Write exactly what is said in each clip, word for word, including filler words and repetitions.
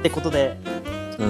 ってことで、 うん。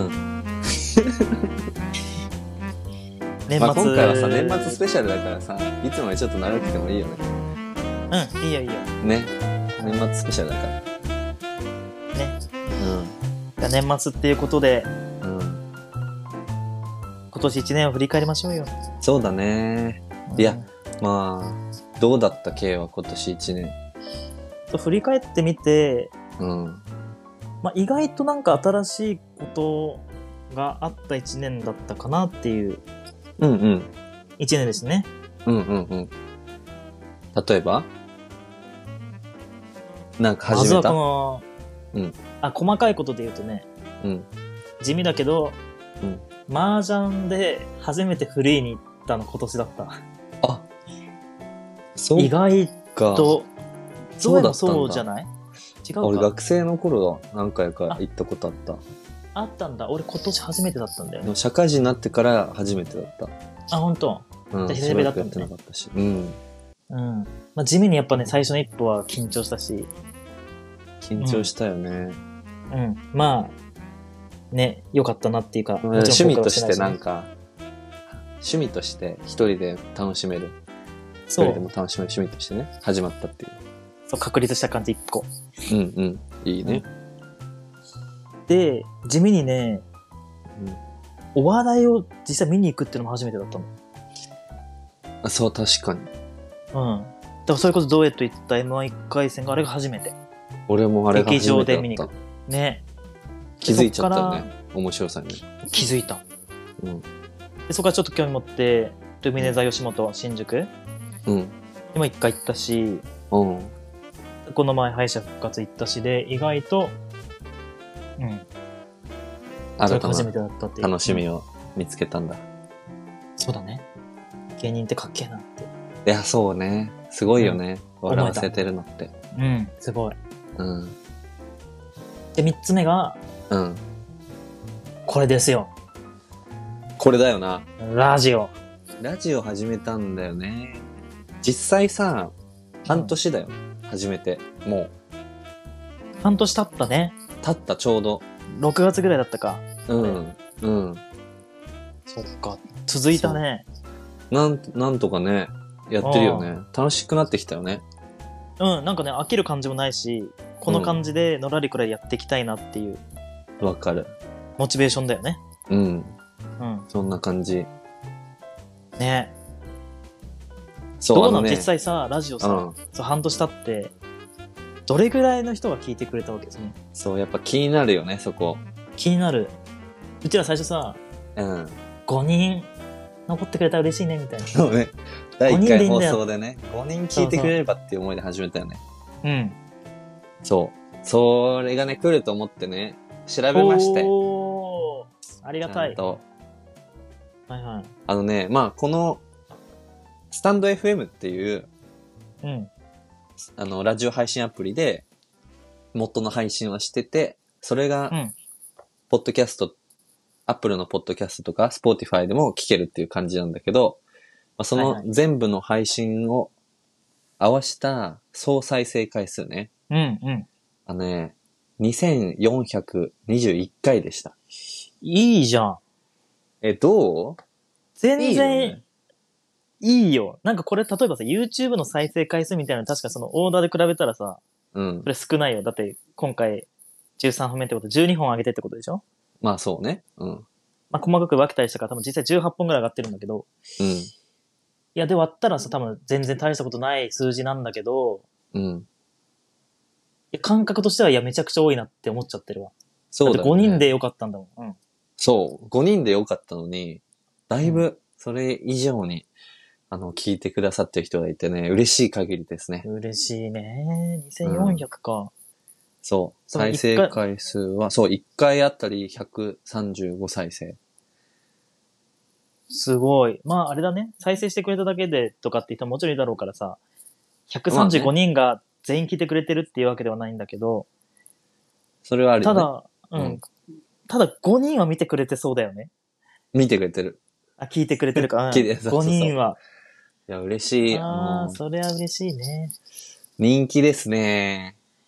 年末、 まあ、今回はさ、年末スペシャルだからさ、いつもよりちょっと長くてもいいよね。 うん、いいよいいよ。 ね。年末スペシャルだから。 ね。うん。じゃあ年末っていうことで、 うん。 今年一年を振り返りましょうよ。 そうだね。 うん、 いや、まあ、どうだった K は今年一年。 振り返ってみて、 うん。 まあ、意外となんか新しいことがあった一年だったかなっていう。 うんうん。 一年ですね。 うんうんうん。例えばなんか始めた？ まずはこの、うん。あ、細かいことで言うとね、うん。地味だけど、うん。麻雀で初めてフリーに行ったの今年だった。あ、そうか。意外と、そうだったんだ。そうじゃない？違うか。 俺学生の頃だ。何回か行ったことあった。 あ, あったんだ。俺今年初めてだったんだよね。 社会人になってから初めてだった。 あ、本当。うん。じゃあ久しぶりだったんだ、ね。やってなかったし。うん。うん。まあ、地味にやっぱね、最初の一歩は緊張したし。 緊張したよね。 うん。うん、まあ、ね、良かったなっていうか。 趣味としてなんか、趣味として一人で楽しめる。一人でも楽しめる趣味としてね、始まったっていう。 そう、確立した感じ一個。 うんうん。いいね。 で、地味にね、うん、お笑いを実際見に行くっていうのも初めてだったの。 あ、そう、確かに。 うん。だからそれこそドエット行った エムワンいっ 回戦があれが初めて。 俺もあれが初めてだった。劇場で見に行く。 ね。 気づいちゃったよね。面白さに。 気づいた。うん。で、そこからちょっと興味持って、ルミネ座吉本新宿。うん。でも一回行ったし、うん。この前敗者復活行ったしで、意外と、うん。 新たな楽しみを見つけたんだ。 そうだね。芸人ってかっけえなって。 いや、そうね。すごいよね。うん、笑わせてるのって。 うん、すごい。うん。で、三つ目が、うん。これですよ。 これだよな。 ラジオ。 ラジオ始めたんだよね。実際さ、半年だよ。うん、始めて。もう。 半年経ったね。 経ったちょうど。 ろくがつぐらいだったか。 うん。うん。 そっか。続いたね。 なん、なんとかね、やってるよね。楽しくなってきたよね。 うん、なんかね、飽きる感じもないし、この感じでのらりくらいやっていきたいなっていう。 わ、うん、かる。 モチベーションだよね。 うん。うん。そんな感じ。 ね。そう、どうなの、ね、実際さ、ラジオさ、うん、そう半年経って、どれぐらいの人が聞いてくれたわけですね。 そう、やっぱ気になるよね、そこ。 気になる。うちら最初さ、うん。ごにん残ってくれたら嬉しいね、みたいな。 そうね。だいいっかい放送でね、ごにん聞いてくれればっていう思いで始めたよね。 そうそう。うん。 そう。それがね、来ると思ってね、調べまして。 おー、ありがたい。 とはいはい。 あのね、まあ、この、スタンド エフエム っていう、うん。あの、ラジオ配信アプリで、元の配信はしてて、それが、うん、ポッドキャスト、アップルのポッドキャストとか、スポーティファイでも聞けるっていう感じなんだけど、まあ、その全部の配信を合わせた総再生回数ね。 うんうん。 あのね、にせんよんひゃくにじゅういっかいでした。 いいじゃん。 え、どう？ 全然いいよね。いいよ。なんかこれ例えばさ、YouTube の再生回数みたいなの確かそのオーダーで比べたらさ、うん。これ少ないよ。だって今回じゅうさんほんめってことじゅうにほん上げてってことでしょ？ まあそうね。うん。 まあ細かく分けたりしたから多分実際じゅうはっぽんぐらい上がってるんだけど。うん。いや、で割ったらさ、多分全然大したことない数字なんだけど、うん。感覚としては、いや、めちゃくちゃ多いなって思っちゃってるわ。そうだね。だってごにんでよかったんだもん。うん。 そう。ごにんでよかったのに、だいぶ、それ以上に、うん、あの、聞いてくださってる人がいてね、嬉しい限りですね。 嬉しいね。にせんよんひゃくか。うん、 そう。再生回数は、そう、いっかいあたりひゃくさんじゅうご再生。 すごい。まあ、あれだね。再生してくれただけでとかって人ももちろんいるだろうからさ、ひゃくさんじゅうごにんが全員聞いてくれてるっていうわけではないんだけど、 それはあるよね。 ただ、うん、うん。ただごにんは見てくれてそうだよね。 見てくれてる。 あ、聞いてくれてるか。うん、ごにんは。 いや、嬉しい。 ああ、それは嬉しいね。 人気ですね。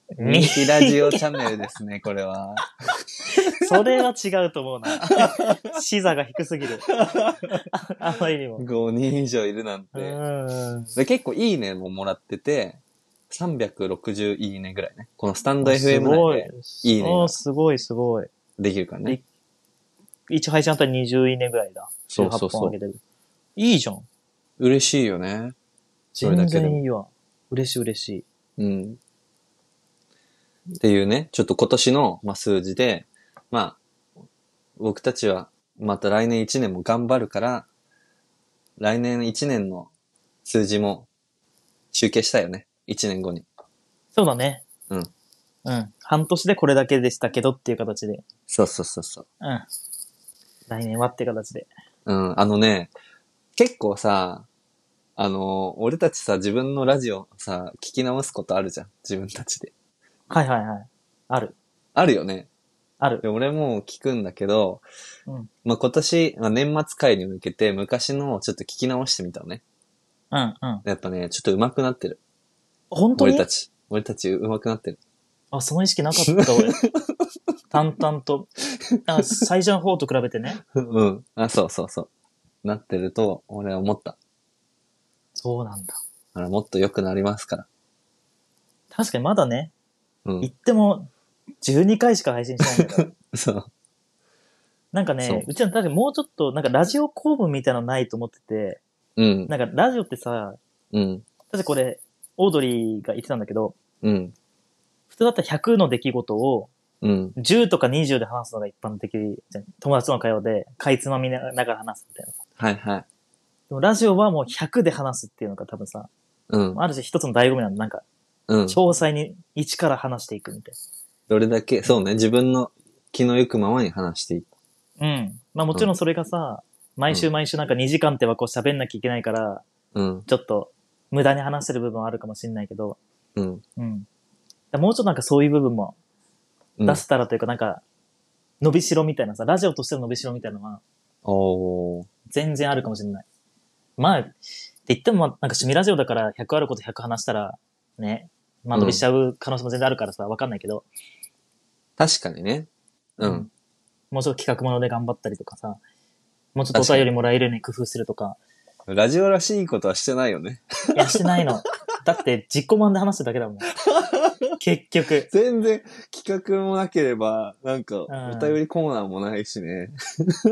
人気ラジオチャンネルですね、これは。 それは違うと思うな。視座が低すぎる。あまりにも。 ごにん以上いるなんて。で結構いいねももらってて、さんびゃくろくじゅういいねぐらいね。このスタンド エフエム 内でいいねがすごいすごい。 できるからね。 一配信あたりにじゅういいねぐらいだ。 そうそうそう。 いいじゃん。 嬉しいよね。 それだけで。全然いいわ。嬉しい嬉しい。 うん。っていうね、ちょっと今年の、まあ、数字で、まあ、僕たちはまた来年いちねんも頑張るから、来年いちねんの数字も集計したよね。いちねんごに。 そうだね。 うん。 うん。半年でこれだけでしたけどっていう形で。 そうそうそうそう。 うん。来年はって形で。 うん。あのね、結構さ、あの、俺たちさ、自分のラジオさ、聞き直すことあるじゃん。自分たちで。 はいはいはい。ある。 あるよね。 ある。 で俺も聞くんだけど、 うん、 まあ、今年、まあ、年末回に向けて昔のをちょっと聞き直してみたのね。 うんうん。 やっぱね、ちょっと上手くなってる。 本当に？ 俺たち。俺たち上手くなってる。 あ、その意識なかった俺。淡々と。あ、最初の方と比べてね。 うん。あ、そうそうそう。なってると、俺は思った。 そうなんだ。 あら、もっと良くなりますから。 確かにまだね。 うん。 言っても、じゅうにかいしか配信してないんだから。 そう。 なんかね、うちは確かにもうちょっと、なんかラジオ公文みたいなのないと思ってて、 うん。 なんかラジオってさ、 うん。 確かこれ、オードリーが言ってたんだけど、 うん。 普通だったらひゃくの出来事を、 うん。 じゅうとかにじゅうで話すのが一般的じゃん。友達との会話で、かいつまみながら話すみたいな。 はいはい。 でもラジオはもうひゃくで話すっていうのが多分さ、 うん。 ある種一つの醍醐味なんだ。なんか、うん。詳細に一から話していくみたいな。 どれだけ、そうね、自分の気の行くままに話していく。 うん。まあもちろんそれがさ、うん、毎週毎週なんかにじかんって枠を喋んなきゃいけないから、うん。ちょっと無駄に話してる部分はあるかもしれないけど、うん。うん。もうちょっとなんかそういう部分も出せたらというか、なんか、伸びしろみたいなさ、ラジオとしての伸びしろみたいなのは、お全然あるかもしれない。まあ、って言っても、なんか趣味ラジオだからひゃくあることひゃく話したら、ね、まあ伸びしちゃう可能性も全然あるからさ、わかんないけど。 確かにね。うん。うん、 もうちょっと企画もので頑張ったりとかさ、もうちょっとお便りもらえるように工夫するとか。 ラジオらしいことはしてないよね。 いや、してないの。だって自己満で話すだけだもん。結局。 全然企画もなければ、なんか、お便りコーナーもないしね。 うん。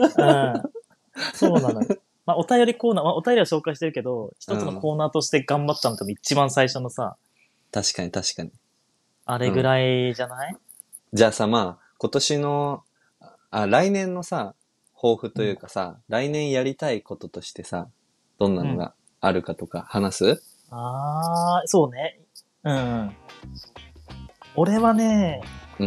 そうなのよ。まあ、お便りコーナー、まあ、お便りは紹介してるけど、一つのコーナーとして頑張ったのって一番最初のさ。 確かに確かに。 あれぐらいじゃない、うん、 じゃあさ、まあ、今年の、あ、来年のさ、抱負というかさ、うん、来年やりたいこととしてさ、どんなのがあるかとか話す？うん、 ああ、そうね。うん。俺はね、うん、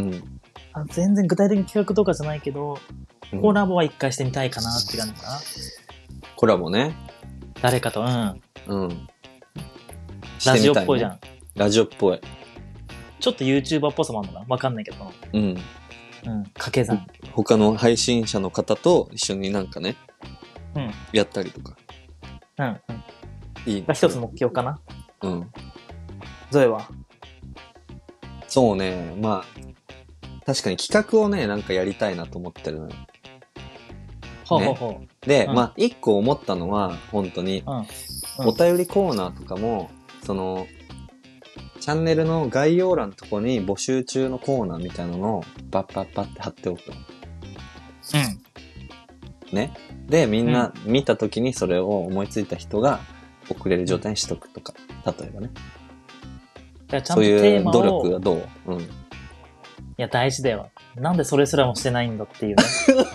あ全然具体的に企画とかじゃないけど、うん、コラボは一回してみたいかなって感じかな。 コラボね。 誰かと、うん。うん。 ね、 ラジオっぽいじゃん。 ラジオっぽい。 ちょっと YouTuber っぽさもあるのかなわかんないけど。うん。うん。掛け算。 他の配信者の方と一緒になんかね、うん。やったりとか。 うん、うん。いいね。が一つ目標かな。うん。ゾエはそうね、まあ、確かに企画をね、なんかやりたいなと思ってるのよ。ほうほうほう。ね、で、うん、まあ、一個思ったのは、本当に、うんうん、お便りコーナーとかも、その、チャンネルの概要欄のとこに募集中のコーナーみたいなのをバッバッバッって貼っておく。うん。ね。で、みんな見たときにそれを思いついた人が送れる状態にしとくとか、例えばね。 ちゃんとそういう努力はどう？うん。いや、大事だよ。なんでそれすらもしてないんだっていうね。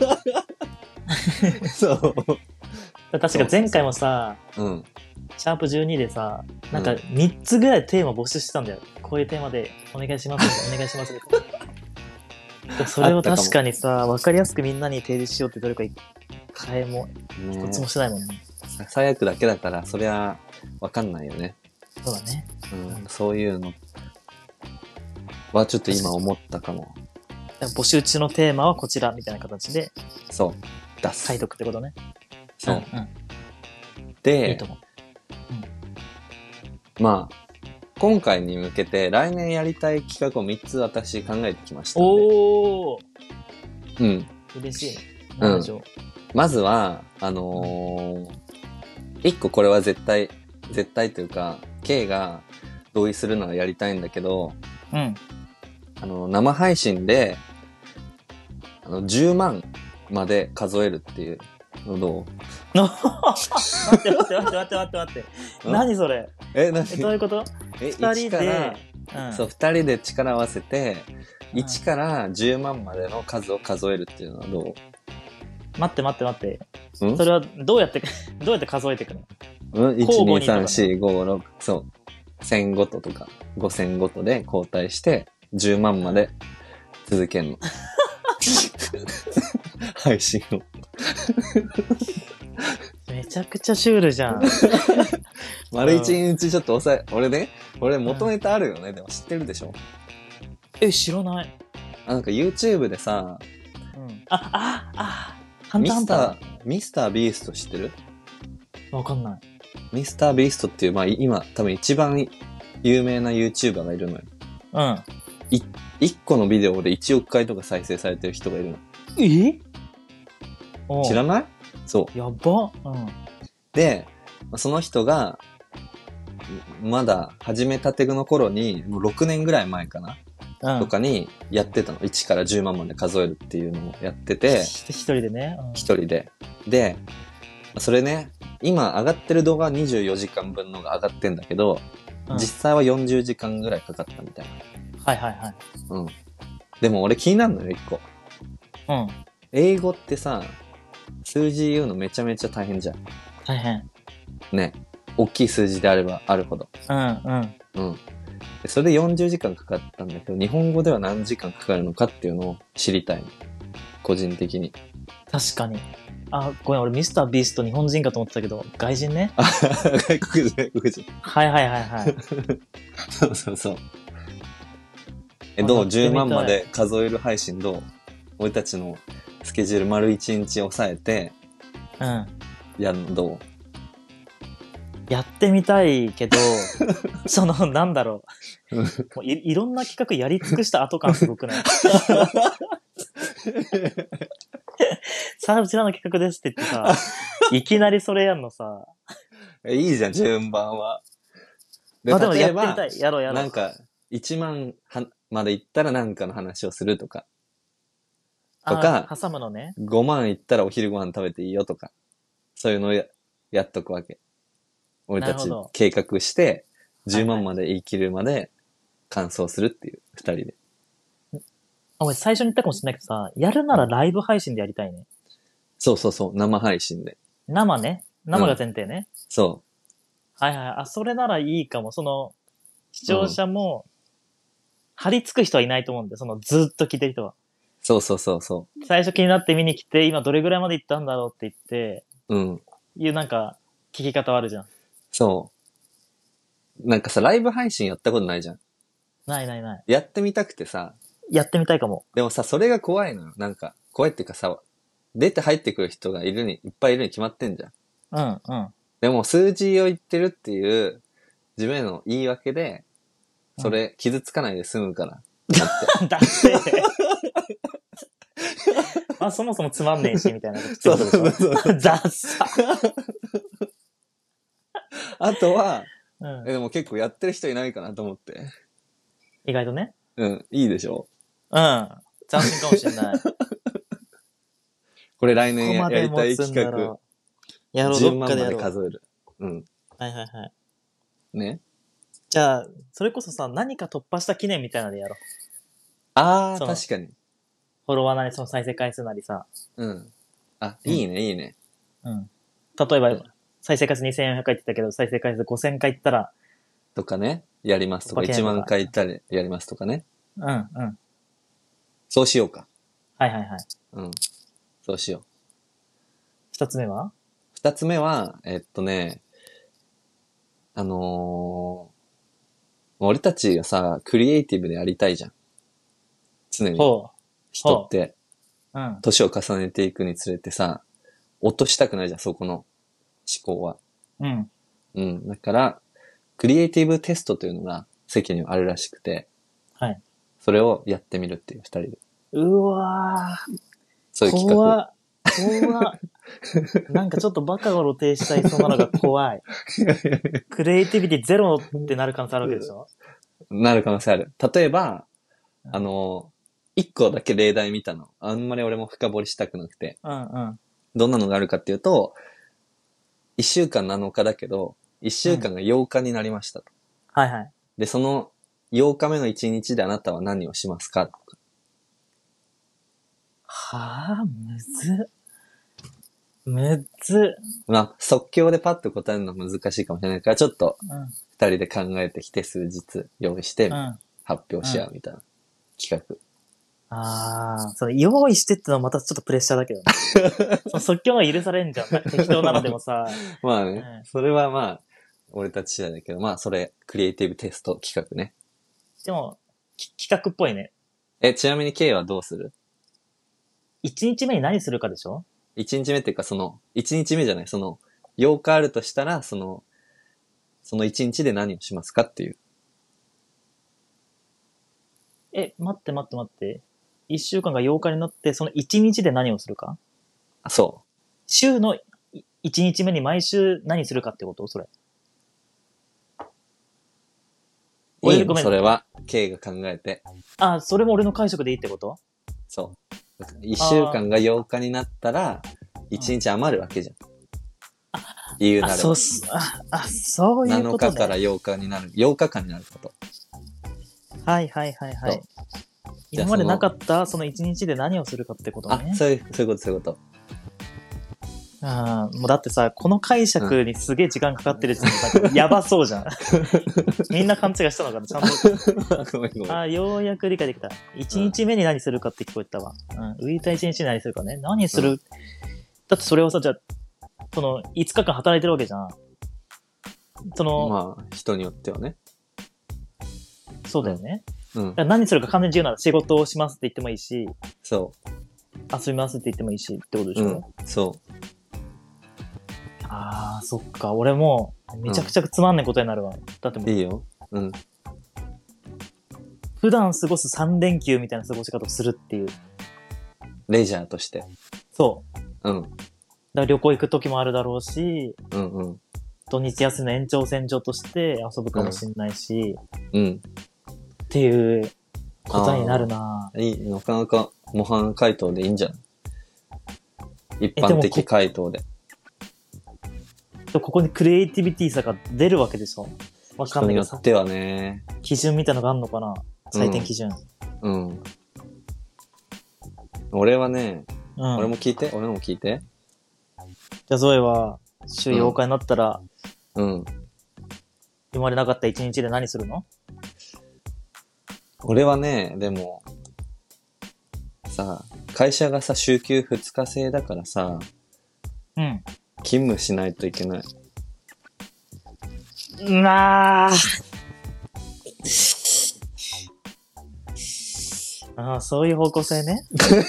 そう。確か前回もさ、うん。シャープじゅうにでさ、なんかみっつぐらいテーマ募集してたんだよ。うん、こういうテーマでお願いしますお願いしますみたいな。それを確かにさ、わかりやすくみんなに提示しようってどれか一回も一つもしてないもんね。 ささやくだけだから、そりゃわかんないよね。 そうだね。 うん、そういうのはちょっと今思ったかも。 募集中のテーマはこちらみたいな形で。 そう。出す。 書いとくってことね。 そう。うんうん、で、いいと思う。うん、まあ、 今回に向けて来年やりたい企画をみっつ私考えてきましたんで。 おー。 うん。 嬉しいね。 何でしょう。うん、まずは、あのー、いっここれは絶対、絶対というか、K が同意するならやりたいんだけど、 うん。 あの、生配信で、あの、じゅうまんまで数えるっていうのどう待って待って待って待って待って待って。何それえ、何え、どういうことえ、二人で、うん、そう、二人で力を合わせて、いちからじゅうまんまでの数を数えるっていうのはどう待って待って待って。それはどうやって、どうやって数えていくのうん、いち、に、さん、よん、ご、ろく、そう。せんごととかごせんごとで交代してじゅうまんまで続けんの。配信を。 めちゃくちゃシュールじゃん。 丸一日ちょっと抑え、俺ね、俺元ネタあるよね、うん、でも知ってるでしょ？ え、知らない。 あ、なんか YouTube でさ、 うん、あ、あ、あ、ハンターハンター。 ミスタービースト知ってる？ わかんない。 ミスタービーストっていう、まあ今多分一番有名な YouTuber がいるのよ。 うん。 い、一個のビデオでいちおくかいとか再生されてる人がいるの。 え？ 知らない？そう。 やば。うん。 で、その人が、まだ始めたての頃に、もうろくねんぐらい前かな、うん、とかにやってたの。いちからじゅうまんまで数えるっていうのをやってて。 一人でね。 一、うん、人で。で、それね、今上がってる動画はにじゅうよじかんぶんのが上がってんだけど、うん、実際はよんじゅうじかんぐらいかかったみたいな。 はいはいはい。 うん。でも俺気になるのよ、一個。 うん。 英語ってさ、数字言うのめちゃめちゃ大変じゃん。 大変。 ね。大きい数字であればあるほど。 うんうん。 うん。でそれでよんじゅうじかんかかったんだけど、日本語では何時間かかるのかっていうのを知りたいの。個人的に。 確かに。あ、ごめん、俺ミスタービースト日本人かと思ってたけど、外人ね。 あ、外国人、外国人。 はいはいはいはい。 そうそうそう。え、どう ?じゅうまんまで数える配信どう？俺たちのスケジュール丸一日抑えて、 うん。 やるのどう？ やってみたいけど、その、なんだろう。もう い, いろんな企画やり尽くした後感すごくない？さあ、うちらの企画ですって言ってさ、いきなりそれやんのさ。 いいじゃん、順番は。 で、まあ、でもやってみたい。やろうやろう。 なんか、いちまんまでいったらなんかの話をするとか。とか、 挟むのね。 ごまんいったらお昼ご飯食べていいよとか。そういうのを や, やっとくわけ。俺たち計画して、じゅうまんまで言い切るまで完走するっていう、二人で。 あ、俺最初に言ったかもしれないけどさ、やるならライブ配信でやりたいね。 そうそうそう、生配信で。 生ね。生が前提ね。うん、 そう。 はいはい。あ、それならいいかも。その、視聴者も、張り付く人はいないと思うんで、そのずっと聞いてる人は。 そうそうそうそう。 最初気になって見に来て、今どれぐらいまで行ったんだろうって言って、 うん。 いうなんか、聞き方はあるじゃん。 そう。なんかさ、ライブ配信やったことないじゃん。 ないないない。 やってみたくてさ。 やってみたいかも。 でもさ、それが怖いのよ。なんか、怖いっていうかさ、出て入ってくる人がいるに、いっぱいいるに決まってんじゃん。 うんうん。でも数字を言ってるっていう、自分への言い訳で、それ傷つかないで済むから。 うん、だって。あ、そもそもつまんねえし、みたいなこと。そうそうそう。ダッサ。 あとは、うん、え、でも結構やってる人いないかなと思って。 意外とね。 うん、いいでしょ？ うん。斬新かもしれない。 これ来年やりたい企画。 やろう、どっかでやろう。じゅうまんまで数える。うん。 はいはいはい。 ね。 じゃあ、それこそさ、何か突破した記念みたいなのでやろう。 あー、確かに。 フォロワーなり、その再生回数なりさ。 うん。あ、いいね、うん、いいね。 うん。例えば、再生回数にせんよんひゃく回って言ったけど、再生回数ごせんかい言ったら。 とかね。やりますとか、いちまんかい言ったらやりますとかね。 うん、うん。 そうしようか。 はいはいはい。 うん。そうしよう。 二つ目は？ 二つ目は、えっとね、あのー、俺たちがさ、クリエイティブでやりたいじゃん。常に。人って、うん。年を重ねていくにつれてさ、落としたくないじゃん、そこの思考は。 うん。 うん。だから、 クリエイティブテストというのが世間にはあるらしくて、 はい。 それをやってみるっていう二人で。 うわぁ。 そういう企画。 怖っ。怖っ。なんかちょっとバカが露呈しちゃいそうなのが怖い。クリエイティビティゼロってなる可能性あるわけでしょ？ なる可能性ある。例えば、あの、一個だけ例題見たの。あんまり俺も深掘りしたくなくて。 うんうん。 どんなのがあるかっていうと、一週間なのかだけど、一週間がようかになりましたと。 うん、はいはい。 で、そのようかめのいちにちであなたは何をしますか？ はぁ、むずっ。むっず。 まあ、即興でパッと答えるのは難しいかもしれないから、ちょっと、二人で考えてきて数日用意して、発表し合うみたいな企画。 うん、ああ、それ用意してってのはまたちょっとプレッシャーだけどね。その即興が許されんじゃん。適当なのでもさ。 まあね、うん、それはまあ、俺たち次第だけど、まあそれ、クリエイティブテスト企画ね。 でも、企画っぽいね。 え、ちなみに K はどうする？ 一日目に何するかでしょ？ 一日目っていうかその、一日目じゃない、その、ようかあるとしたら、その、その一日で何をしますかっていう。 え、待って待って待って。一週間がようかになって、その一日で何をするか？ あ、そう。 週の一日目に毎週何するかってこと？それ。 いいよ、それは、K が考えて。 あ、それも俺の解釈でいいってこと？ そう。一週間がようかになったら、一日余るわけじゃん。 あ、 言うなれば。 あ、そうす、あ、あ、そういうことね。 なのかからようかになる。ようかかんになること。 はいはいはいはい。今までなかったその一日で何をするかってことね。 あ、そういう、そういうこと、そういうこと。 ああ、もうだってさ、この解釈にすげえ時間かかってる時点で、やばそうじゃん。みんな勘違いしたのかなちゃんと。ごめんごめん。ああ、ようやく理解できた。一日目に何するかって聞こえたわ。うん。浮いた一日に何するかね。何する、うん、だってそれをさ、じゃあ、その、いつかかん働いてるわけじゃん。その、 まあ、人によってはね。 そうだよね。 うん。 何するか完全に自由なら仕事をしますって言ってもいいし、 そう。 遊びますって言ってもいいしってことでしょ？ うん、そう。 あー、そっか。俺も、めちゃくちゃつまんないことになるわ。うん、だってもう。 いいよ。うん。 普段過ごすさん連休みたいな過ごし方をするっていう。 レジャーとして。 そう。 うん。 だから旅行行く時もあるだろうし、 うんうん。 土日休みの延長線上として遊ぶかもしんないし、 うん。うん、 っていう答えになるなぁ。 いい、なかなか模範回答でいいんじゃない？一般的回答で。 ここにクリエイティビティさが出るわけでしょ？わかんないけどさ。人によってはね。 基準みたいなのがあるのかな？採点基準。 うん。うん、俺はね、うん、俺も聞いて、俺のも聞いて。 じゃあゾエは、週ようかになったら、 うん。 今までなかった一日で何するの？ 俺はね、でも、さ、会社がさ、週休ふつか制だからさ、 うん。 勤務しないといけない。 なあ。ああ、そういう方向性ね。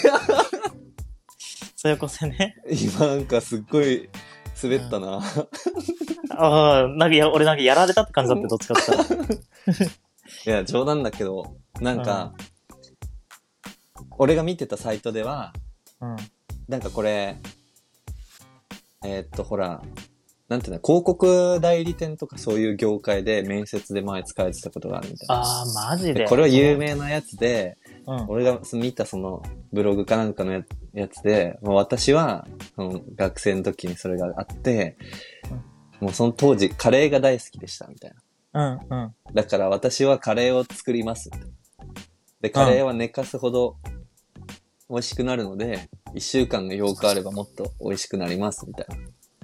そういう方向性ね。 今なんかすっごい滑ったな。うん、 ああ、なんかや、俺なんかやられたって感じだって、どっちかって言ったら。 いや、冗談だけど、なんか、うん、俺が見てたサイトでは、うん、なんかこれ、えー、っと、ほら、なんていうの、広告代理店とかそういう業界で面接で前使えてたことがあるみたいな。 ああ、マジで。 これは有名なやつで、うん、俺が見たそのブログかなんかの や, やつで、もう私はその学生の時にそれがあって、うん、もうその当時カレーが大好きでしたみたいな。うんうん。 だから私はカレーを作ります。で、カレーは寝かすほど美味しくなるので、いっしゅうかんがようかあればもっと美味しくなりますみたい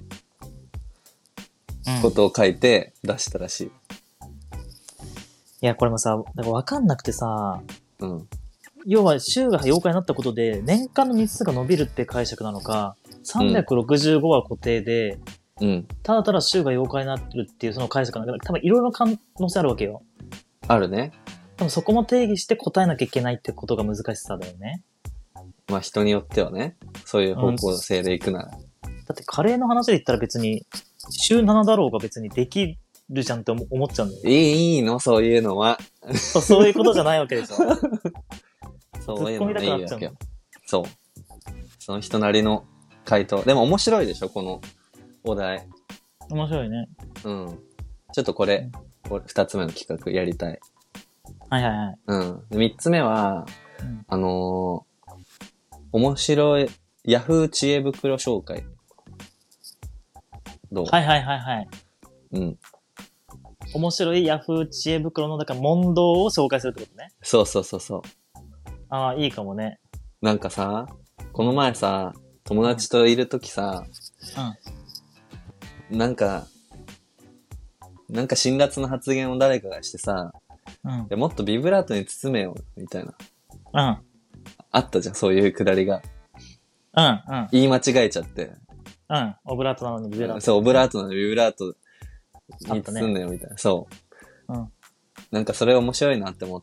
なことを書いて出したらしい。うん、いや、これもさ、なんかわかんなくてさ、 うん。 要は週がようかになったことで年間の日数が伸びるって解釈なのか、さんびゃくろくじゅうごは固定で、うん、ただただ週がようかになってるっていうその解釈なんだけど、多分いろいろ可能性あるわけよ。 あるね。 多分そこも定義して答えなきゃいけないってことが難しさだよね。 まあ人によってはね、そういう方向性でいくなら、うん。 だってカレーの話で言ったら別に週ななだろうが別にできるじゃんって思思っちゃうんだよ。 いい、いいのそういうのは。 そう、そういうことじゃないわけでしょ。 そういうのがいいわけよ。そう。その人なりの回答。でも面白いでしょこのお題。 面白いね。 うん。ちょっとこれ、これ二つ目の企画やりたい。 はいはいはい。 うん。三つ目は、うん、あのー、面白い、ヤフー知恵袋紹介。どう？ はいはいはいはい。 うん。 面白いヤフー知恵袋の、だから問答を紹介するってことね。 そうそうそうそう。 ああ、いいかもね。 なんかさ、この前さ、友達といるときさ、うん、なんか、なんか辛辣な発言を誰かがしてさ、うん、でもっとビブラートに包めよ、みたいな。うん。あったじゃん、そういうくだりが。うんうん。言い間違えちゃって。 うん。オブラートなのにビブラート。 そう、オブラートなのにビブラートに包んだよ、みたいな、ね。そう。うん。なんかそれ面白いなって思って、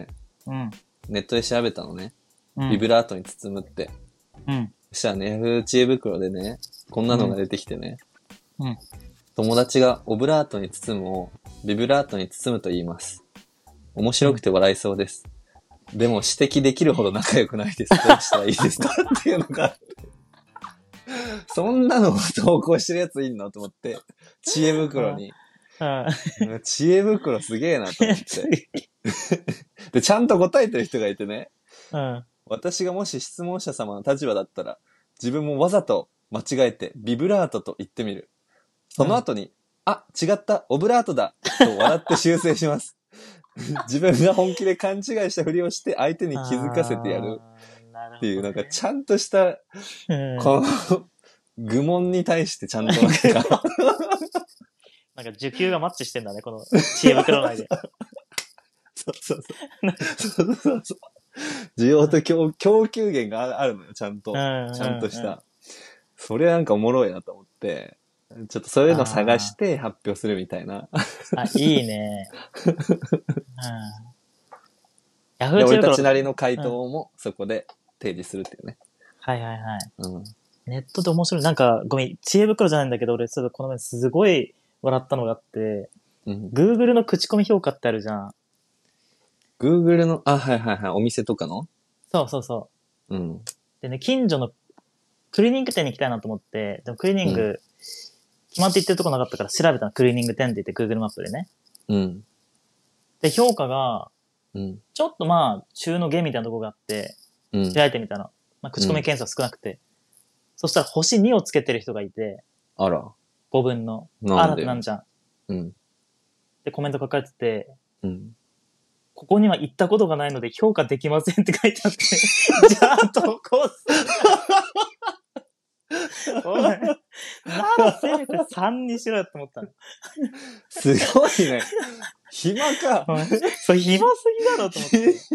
うん。ネットで調べたのね。うん、ビブラートに包むって。うん。そしたらね、ヤフー知恵袋でね、こんなのが出てきてね。うん。うん、友達がオブラートに包むをビブラートに包むと言います。面白くて笑いそうです。うん、でも指摘できるほど仲良くないです。どうしたらいいですかっていうのがあって。そんなのを投稿してるやついんのと思って。知恵袋に。知恵袋すげえなと思って。で、ちゃんと答えてる人がいてね。うん、私がもし質問者様の立場だったら、自分もわざと間違えてビブラートと言ってみる。その後に、うん、あ、違った、オブラートだと笑って修正します。自分が本気で勘違いしたふりをして相手に気づかせてやるっていう、なんかちゃんとした、この愚問に対してちゃんとなんかなんか受給がマッチしてんだね、この知恵袋内で。 そうそうそう。そうそうそう。需要と 供, 供給源があるのよ、ちゃんと。ちゃんとした。それなんかおもろいなと思って、ちょっとそういうの探して発表するみたいな。 あ、いいね。うん、 ヤフー知恵袋。俺たちなりの回答もそこで提示するっていうね。 うん、はいはいはい。うん、ネットで面白い。なんか、ごめん、知恵袋じゃないんだけど、俺、それこの前すごい笑ったのがあって、うん、Google の口コミ評価ってあるじゃん。 Google の、あ、はいはいはい、お店とかの？ そうそうそう。うん。でね、近所のクリーニング店に行きたいなと思って、でもクリーニング、うん、決まって行ってるとこなかったから調べたの、クリーニング店って言って Google マップでね。うん。で、評価が、うん、ちょっとまあ、中の下みたいなとこがあって、うん、開いてみたの。まあ、口コミ件数少なくて。うん、そしたら星にをつけてる人がいて、 あら。 ごぶんの。あらってなんじゃん。うん。で、コメント書かれてて、うん。ここには行ったことがないので評価できませんって書いてあって、じゃあ投稿するおい、ならせめてさんにしろよって思ったの。 すごいね。暇か。 そう、暇すぎだろと思って。い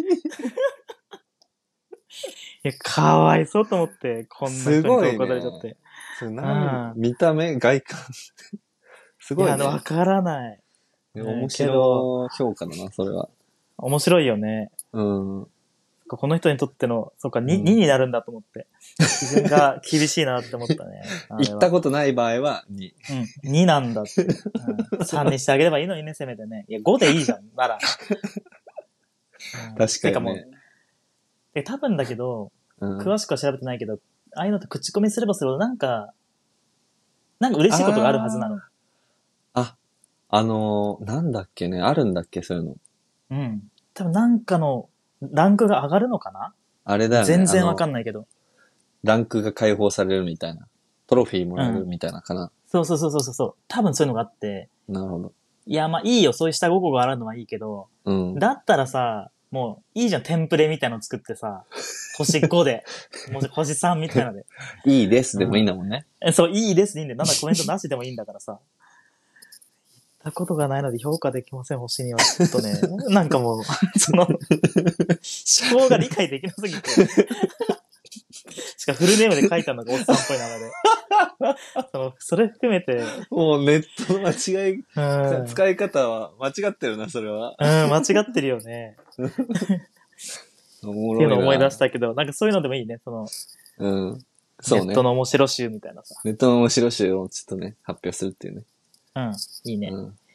や、かわいそうと思って、こんな人に投稿されちゃって。 すごいね。なん見た目、外観。すごいね。 いや、わからない。 面白い評価だな、それは。 面白いよね。うん。この人にとっての、そっか、に、うん、にになるんだと思って。基準が厳しいなって思ったね。 行ったことない場合はに。 うん。になんだって。うん、さんにしてあげればいいのにね、せめてね。いや、ごでいいじゃん、なら。 うん、確かに、ね。てかもう、 で、多分だけど、うん、詳しくは調べてないけど、ああいうのって口コミすればするほど、なんか、なんか嬉しいことがあるはずなの。 あ、あのー、なんだっけね、あるんだっけ、そういうの。 うん。多分なんかの、ランクが上がるのかな？ あれだよね。 全然わかんないけど。 ランクが解放されるみたいな。トロフィーもらえるみたいなかな。うん、 そうそうそうそうそう。多分そういうのがあって。 なるほど。 いや、まあいいよ。そういう下心があるのはいいけど。うん。だったらさ、もういいじゃん。テンプレみたいなの作ってさ。星ごで。もし星さんみたいなので。 いいですでもいいんだもんね。 うん、そう、いいですでいいんだよ。なんだコメントなしでもいいんだからさ。たことがないので評価できません、星には。ちょっとね、なんかもう、その、思考が理解できなすぎて。しかもフルネームで書いたのがおっさんっぽい名前で。その、それ含めて。 もうネットの間違い、うん、使い方は間違ってるな、それは。 うん、間違ってるよね。おもろいな。っていうのを思い出したけど、なんかそういうのでもいいね、その、うん。そうね。ネットの面白集みたいなさ。 ネットの面白集をちょっとね、発表するっていうね。 うん、いいね。うん、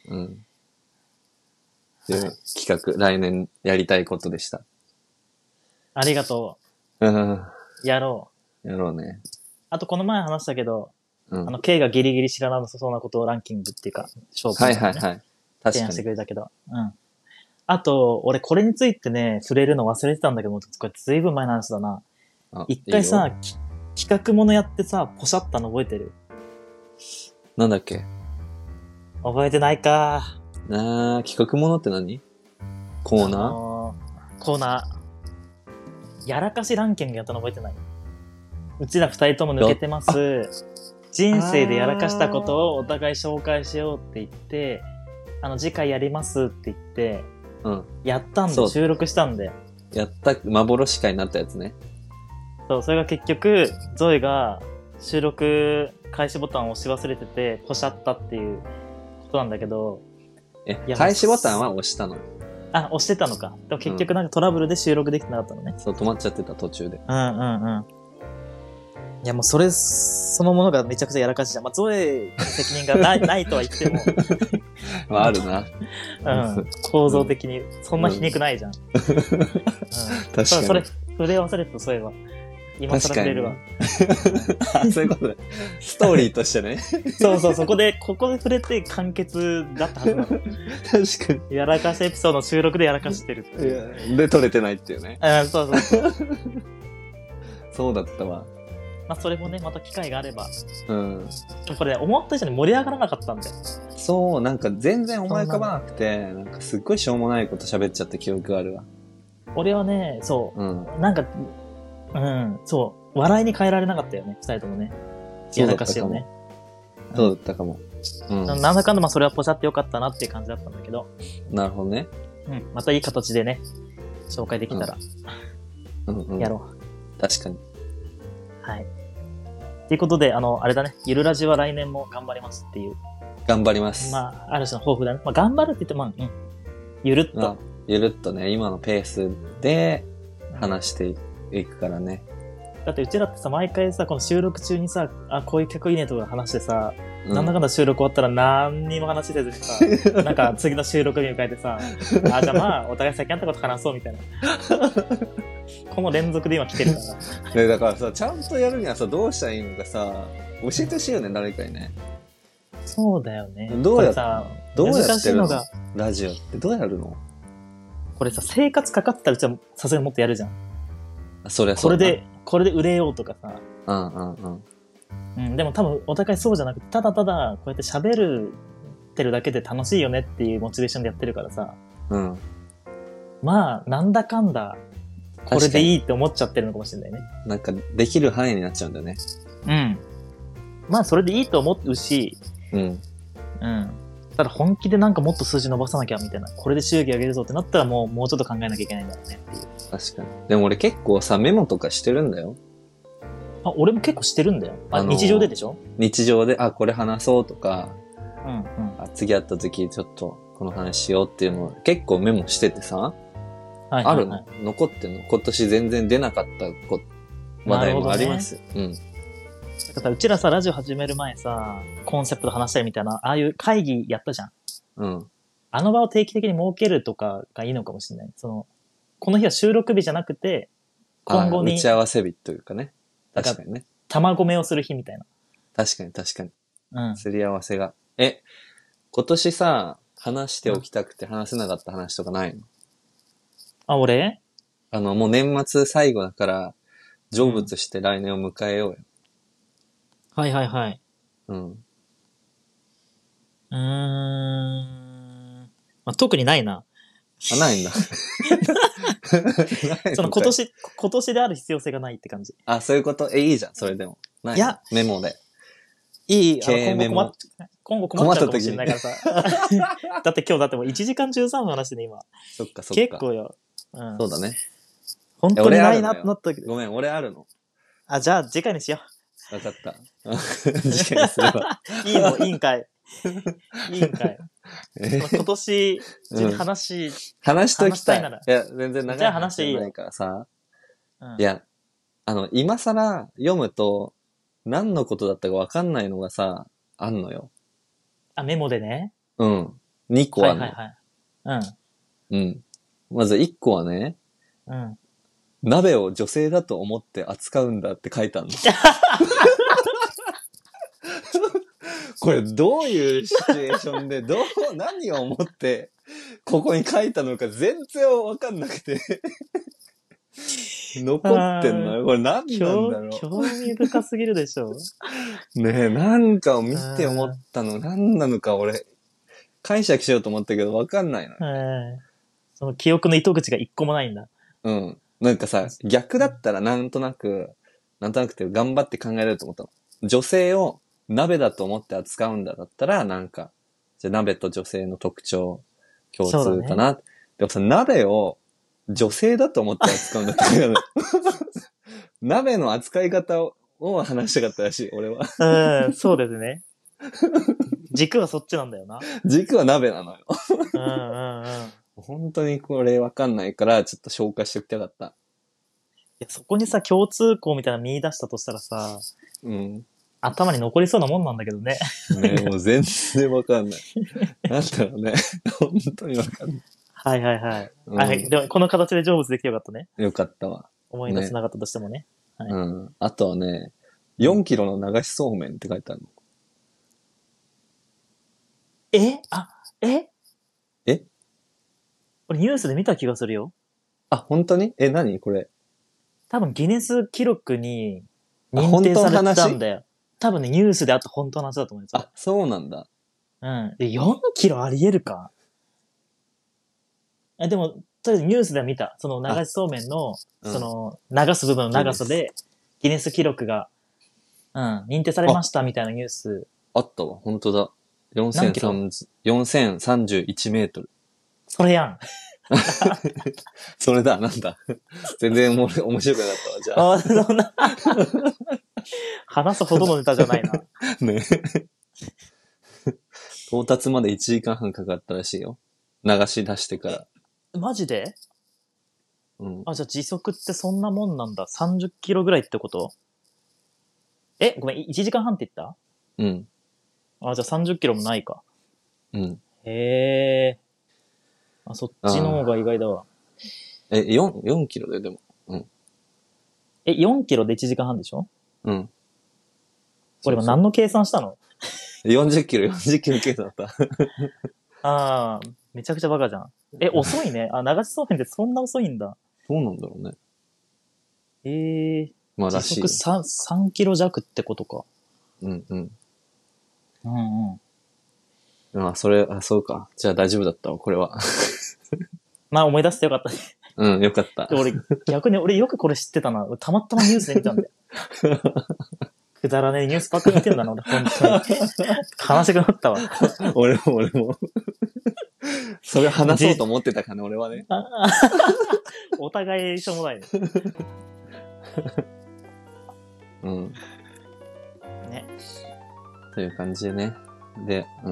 うん。っていう企画、来年やりたいことでした。 ありがとうん。 う。やろう。やろうね。 あとこの前話したけど、うん、あの、K がギリギリ知らなさそうなことをランキングっていうか、勝負、ね、はいはいはい。確かに。提案してくれたけど。うん。あと、俺これについてね、触れるの忘れてたんだけど、これずいぶん前の話だな。一回さいい、企画ものやってさ、ポシャったの覚えてる？ なんだっけ？ 覚えてないか。 なー、企画ものって何？コーナー、あのー、コーナー。やらかしランキングやったの覚えてない？うちら二人とも抜けてます。人生でやらかしたことをお互い紹介しようって言って、あの、次回やりますって言って、うん。やったんで、収録したんで。 やった、幻会になったやつね。 そう、それが結局、ゾエが収録開始ボタンを押し忘れてて、ポシャったっていうことなんだけど。 え、開始ボタンは押したの？ あ、押してたのか。でも結局なんかトラブルで収録できてなかったのね。 うん、そう、止まっちゃってた途中で。 うんうんうん。いやもうそれ、そのものがめちゃくちゃやらかしじゃん。まあ、ゾエの責任がない、ないとは言っても。 まあ、あるな。 うん。構造的に。そんな皮肉ないじゃん。うん。確かに。それ、触れ忘れてた、そういえば。今更触れるわ。 あ、そういうことだ。ストーリーとしてね。 そうそう、そこで、ここで触れて完結だったはずなの。確かに。 やらかしエピソードの収録でやらかしてるっていう。で、撮れてないっていうね。 あ、そうそうそう。 そうだったわ。 まあ、それもね、また機会があれば。うん。これ、思った以上に盛り上がらなかったんだよ。 そう、なんか全然思い浮かばなくて、なんかすっごいしょうもないこと喋っちゃった記憶があるわ。 俺はね、そう、うん、なんか、うん、そう、笑いに変えられなかったよね、二人ともね。やらかしをね。 そうだったかも。 うん、なんだかんだまあそれはポシャってよかったなっていう感じだったんだけど。 なるほどね。 うん、またいい形でね、紹介できたら、うんうん、やろう。確かに。 はい。ということで、あの、あれだね、ゆるラジは来年も頑張りますっていう。 頑張ります。 まあ、ある種の抱負だね。まあ、頑張るって言っても、まあ、うん。ゆるっと、まあ。 ゆるっとね、今のペースで話していくからね。 だってうちらってさ、毎回さ、この収録中にさ、あ、こういう曲いいねとか話してさ、うん、なんだかんだ収録終わったら何にも話せずにさ、なんか次の収録に迎えてさ、あ、じゃあまあ、お互い先あったこと話そうみたいな。この連続で今来てるから。 ね、だからさ、ちゃんとやるにはさ、どうしたらいいのかさ、教えてほしいよね、誰かにね。 そうだよね。 どうやさ、どうやってるの？ラジオってどうやるの？ これさ、生活かかったらうちはさすがにもっとやるじゃん。 あ、そりゃそうだ。 これで、これで売れようとかさ。 うんうんうん。 うん、でも多分お互いそうじゃなくて、ただただこうやって喋るってるだけで楽しいよねっていうモチベーションでやってるからさ。うん。まあ、なんだかんだ、これでいいって思っちゃってるのかもしれないね。 なんか、できる範囲になっちゃうんだよね。 うん。まあ、それでいいと思うし、うん。うん。ただ本気でなんかもっと数字伸ばさなきゃみたいな。これで収益上げるぞってなったらもう、もうちょっと考えなきゃいけないんだろうねっていう。 確かに。でも俺結構さ、メモとかしてるんだよ。 あ、俺も結構してるんだよ。あ、あのー、日常ででしょ？ 日常で、あ、これ話そうとか、うんうん。あ、次会った時ちょっとこの話しようっていうのを結構メモしててさ、はいはいはい、あるの残ってんの今年全然出なかったこ話題もあります。ね、うん。 だからうちらさ、ラジオ始める前さ、コンセプト話したりみたいな、ああいう会議やったじゃん。うん。あの場を定期的に設けるとかがいいのかもしれない。その、この日は収録日じゃなくて、今後に。 打ち合わせ日というかね。確かにね。 卵目をする日みたいな。 確かに確かに。うん。すり合わせが。え、今年さ、話しておきたくて話せなかった話とかないの？ あ、俺？ あの、もう年末最後だから、成仏して来年を迎えようよ。 うん、はいはいはい。うん。うーん。まあ、特にないな。 あ、ないんだ。 その今年、今年である必要性がないって感じ。 あ、そういうこと？え、いいじゃん、それでも。ない。いや、メモで。 いい、あ今後困っ、今後困っちゃうかもしれないからさ。だって今日だってもういちじかんじゅうさんぷん話してね、今。 そっかそっか。 結構よ。 うん。そうだね。 本当にないなってなったけど。 ごめん、俺あるの。 あ、じゃあ次回にしよう。わかった。次回にすれば。 いいの、いいんかい。いいんかい。今年中に話、うん、 話しときたい。いや、全然長いじゃあ話していいよ。 ないからさ。うん、いや、あの、今更読むと、何のことだったか分かんないのがさ、あんのよ。 あ、メモでね。 うん。 にこあるの。 はいはいはい。 うん。うん。まずいっこはね、 うん。 鍋を女性だと思って扱うんだって書いてあるの。これどういうシチュエーションで、どう、何を思って、ここに書いたのか全然わかんなくて。残ってんのよ。これ何なんだろう。 興味深すぎるでしょ。 ねえ、なんかを見て思ったの、何なのか俺、解釈しようと思ったけどわかんないの。 その記憶の糸口が一個もないんだ。 うん。なんかさ、逆だったらなんとなく、なんとなくて頑張って考えられると思ったの。女性を鍋だと思って扱うんだだったら、なんか、じゃあ鍋と女性の特徴、共通かな。ね、でもさ、鍋を女性だと思って扱うんだったら、鍋の扱い方を話したかったらしい、俺は。 うん、そうですね。軸はそっちなんだよな。 軸は鍋なのよ。 うんうんうん。 本当にこれわかんないから、ちょっと紹介しておきたかった。 いや、そこにさ、共通項みたいなの見出したとしたらさ、 うん。 頭に残りそうなもんなんだけどね。 ね、もう全然わかんない。なんだろうね。本当にわかんない。 はいはいはい。うん、はい。でも、この形で成仏できてよかったね。 よかったわ。 思い出せなかったとしてもね。 ね、はい、うん。あとはね、よんキロの流しそうめんって書いてあるの。 えあ、ええ俺ニュースで見た気がするよ。 あ、本当にえ、何これ。 多分ギネス記録に認定されたんだよ。多分ね、ニュースであった本当の話だと思います。 あ、そうなんだ。 うん。で、よんキロあり得るかえ、でも、とりあえずニュースでは見た。その流しそうめんの、その、流す部分の長さで、ギネス記録が、うん、認定されましたみたいなニュース。 あったわ、本当だ。よんせんさんじゅういちメートル。 それやん。 それだ、なんだ。全然面白くなかったわ、じゃあ。あ、そんな。 話すほどのネタじゃないな。ね。 到達までいちじかんはんかかったらしいよ。流し出してから。 マジで？ うん。 あ、じゃあ時速ってそんなもんなんだ。さんじゅっキロぐらいってこと？え、ごめん、いちじかんはんって言った？ うん。 あ、じゃあさんじゅっキロもないか。 うん。 へえ。あ、そっちの方が意外だわ。 え、よん、よんキロででも。うん。 え、よんキロでいちじかんはんでしょ？ うん。 俺今何の計算したの？ よんじゅっ キロ、よんじゅっキロ計算だった。 ああ、めちゃくちゃバカじゃん。え、遅いね。あ、流しそうめんってそんな遅いんだ。 どうなんだろうね。 ええー。 まあらしい。 時速 3, 3キロ弱ってことか。 うんうん。 うんうん。 あ、それ、あ、そうか。じゃあ大丈夫だったわ、これは。 まあ思い出してよかったね。 うん、よかった。 俺、逆に俺よくこれ知ってたな。たまたまニュースで見たんだよ。くだらねえニュースばっかり見てんだな、俺、本当に。悲しくなったわ。 俺も、俺も。それ話そうと思ってたかな、俺はね。 お互いしょうもないね。 うん。 ね。 という感じでね。で、うん。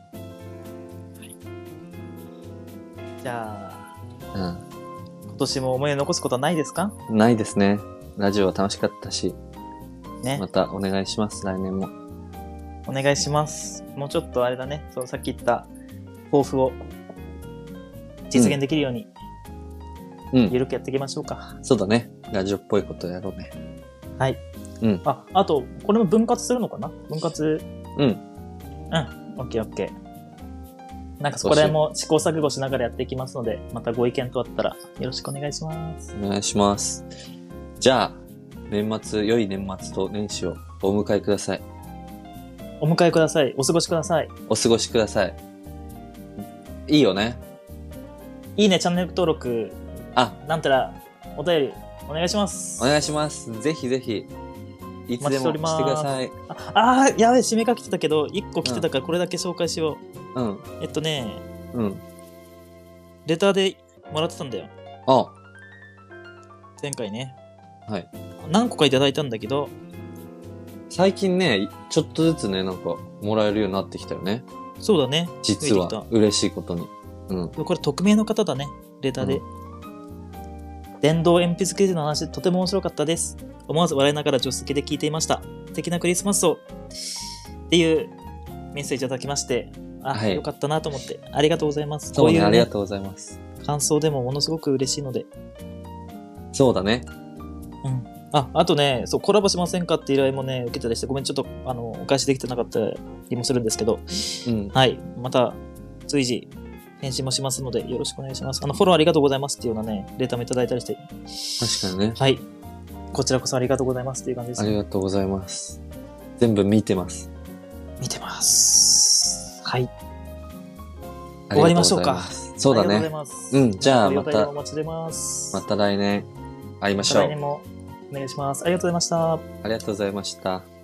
じゃあ、 うん。 今年も思い出残すことはないですか？ ないですね。ラジオは楽しかったし。 ね。 またお願いします、来年も。 お願いします。もうちょっとあれだね。そう、さっき言った抱負を実現できるように、うん。ゆるくやっていきましょうか。 そうだね。ラジオっぽいことやろうね。 はい。 うん。 あ、あと、これも分割するのかな？分割。 うん。うん。 オッケーオッケー。なんかそこら辺も試行錯誤しながらやっていきますので、またご意見とあったらよろしくお願いします。 お願いします。じゃあ、年末、良い年末と年始をお迎えください。 お迎えください。お過ごしください。 お過ごしください。いいよね。 いいね、チャンネル登録。 あ、 なんたら、お便り、お願いします。 お願いします。ぜひぜひ、いつでもしてください。 ああ、やべえ、締めかけてたけど、いっこ来てたからこれだけ紹介しよう。うん。 えっとね、 うん。 レターでもらってたんだよ。 ああ。 前回ね。 はい。 何個かいただいたんだけど、 最近ね、ちょっとずつね、なんか、もらえるようになってきたよね。 そうだね。 実は、嬉しいことに。うん。 これ匿名の方だね。レターで。うん、電動鉛筆クイズの話、とても面白かったです。思わず笑いながら助手席で聞いていました。素敵なクリスマスを。っていうメッセージいただきまして、ああ、はい、よかったなと思って。ありがとうございます。 そうね、こういうね、ありがとうございます。 感想でもものすごく嬉しいので。 そうだね。 うん。あ、あとね、そう、コラボしませんかって依頼もね、受けたりして、ごめん、ちょっと、あの、お返しできてなかったりもするんですけど、うん、はい。また、随時、返信もしますので、よろしくお願いします。あの、フォローありがとうございますっていうようなね、レターもいただいたりして。 確かにね。 はい。こちらこそありがとうございますっていう感じです、 ね。ありがとうございます。全部見てます。 見てます。はい。終わりましょうか。 そうだね。うん、じゃあまた、 お待ちしてます。 また来年会いましょう。 また来年もお願いします。ありがとうございました。ありがとうございました。